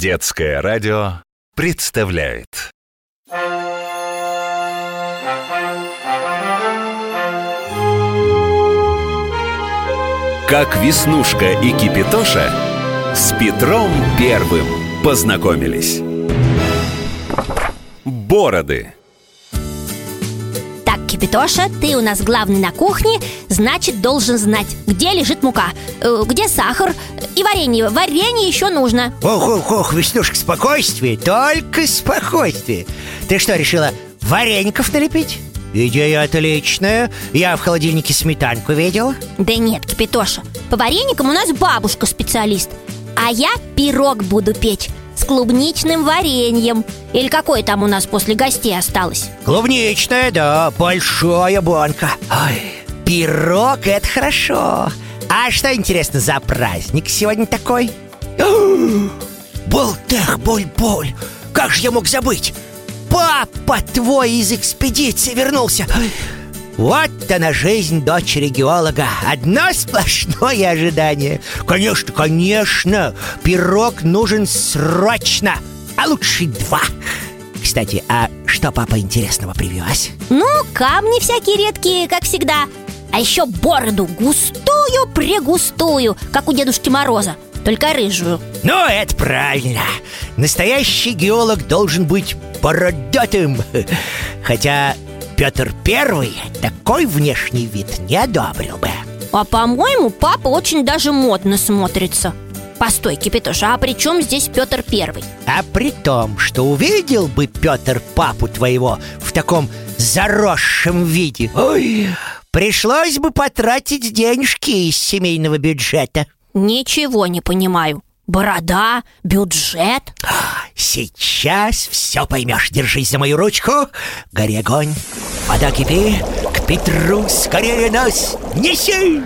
Детское радио представляет. Как Веснушка и Кипитоша с Петром Первым познакомились. Бороды. Так, Кипитоша, ты у нас главный на кухне, значит, должен знать, где лежит мука, где сахар и варенье. Варенье еще нужно. Ох, Веснушка, спокойствие, только спокойствие. Ты что, решила вареников налепить? Идея отличная. Я в холодильнике сметанку видел. Да нет, Кипитоша, по вареникам у нас бабушка специалист. А я пирог буду печь с клубничным вареньем. Или какое там у нас после гостей осталось? Клубничная, да, большая банка. Ой, пирог — это хорошо. А что, интересно, за праздник сегодня такой? Болтех-боль-боль, как же я мог забыть? Папа твой из экспедиции вернулся. Вот она, жизнь дочери геолога. Одно сплошное ожидание. Конечно, пирог нужен срочно. А лучше 2. Кстати, а что папа интересного привез? Ну, камни всякие редкие, как всегда. А еще бороду густую-прегустую, как у Дедушки Мороза, только рыжую. Ну, это правильно. Настоящий геолог должен быть бородатым. Хотя Петр Первый такой внешний вид не одобрил бы. А по-моему, папа очень даже модно смотрится. Постой, Кипитоша, а при чем здесь Петр Первый? А при том, что увидел бы Петр папу твоего в таком заросшем виде, ой, пришлось бы потратить денежки из семейного бюджета. Ничего не понимаю. Борода, бюджет. Сейчас все поймешь. Держись за мою ручку. Гори огонь, вода кипи. К Петру скорее нас неси.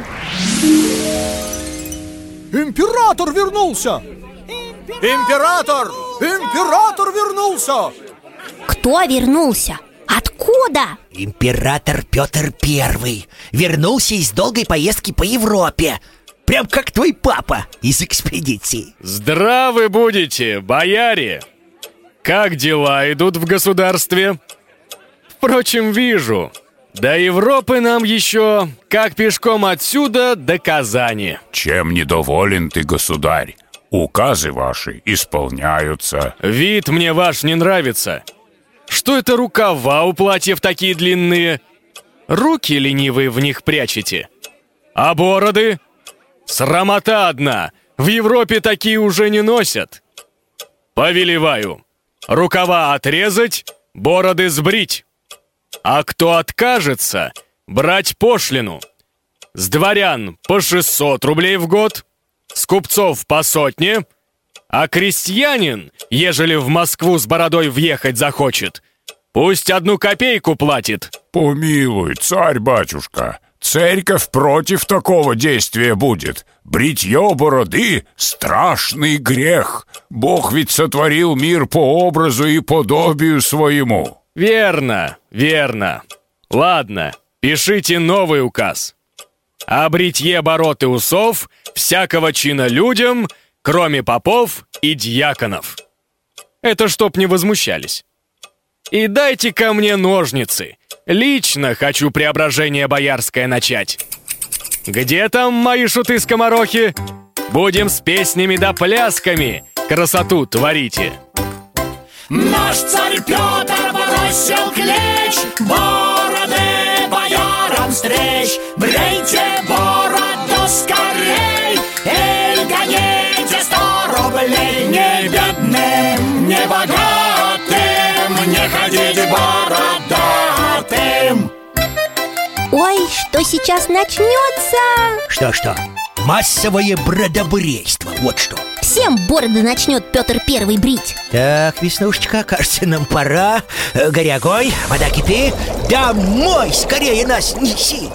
Император вернулся! Император! Император вернулся! Кто вернулся? Откуда? Император Петр Первый вернулся из долгой поездки по Европе. Прям как твой папа из экспедиции. Здравы будете, бояре! Как дела идут в государстве? Впрочем, вижу, до Европы нам еще как пешком отсюда до Казани. Чем недоволен ты, государь? Указы ваши исполняются. Вид мне ваш не нравится. Что это рукава у платьев такие длинные? Руки ленивые в них прячете. А бороды? Срамота одна! В Европе такие уже не носят. Повелеваю, рукава отрезать, бороды сбрить. А кто откажется, брать пошлину. С дворян по 600 рублей в год, с купцов по 100, а крестьянин, ежели в Москву с бородой въехать захочет, пусть 1 копейку платит. Помилуй, царь-батюшка, церковь против такого действия будет. Бритье бороды — страшный грех. Бог ведь сотворил мир по образу и подобию своему. Верно. Ладно, пишите новый указ. О бритье бород и усов всякого чина людям, кроме попов и дьяконов. Это чтоб не возмущались. И дайте ко мне ножницы. Лично хочу преображение боярское начать. Где там мои шуты-скоморохи? Будем с песнями да плясками красоту творите. Наш царь Петр бросил клич, бороды боярам встреч. Брейте бороду скорей, эй, гоните 100 рублей. Не бедным, не богатым, не ходить бородатым. Ой, что сейчас начнется? Что? Массовое бродобрейство, вот что. Всем бороды начнет Петр Первый брить. Так, Веснушечка, кажется, нам пора. Гори огонь, вода кипи. Домой скорее нас неси.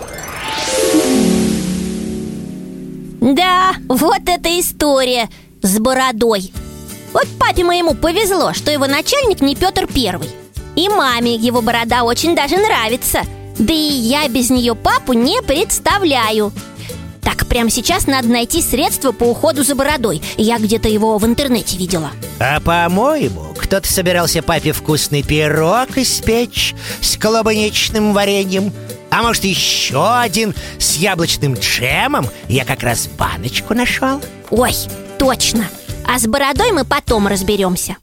Да, вот эта история с бородой. Вот папе моему повезло, что его начальник не Петр Первый. И маме его борода очень даже нравится. Да и я без нее папу не представляю. Так, прямо сейчас надо найти средства по уходу за бородой. Я где-то его в интернете видела. А по-моему, кто-то собирался папе вкусный пирог испечь с клубничным вареньем. А может, еще один с яблочным джемом? Я как раз баночку нашел. Ой, точно. А с бородой мы потом разберемся.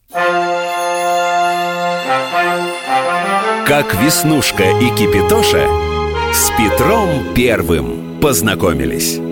Как Веснушка и Кипитоша с Петром Первым познакомились.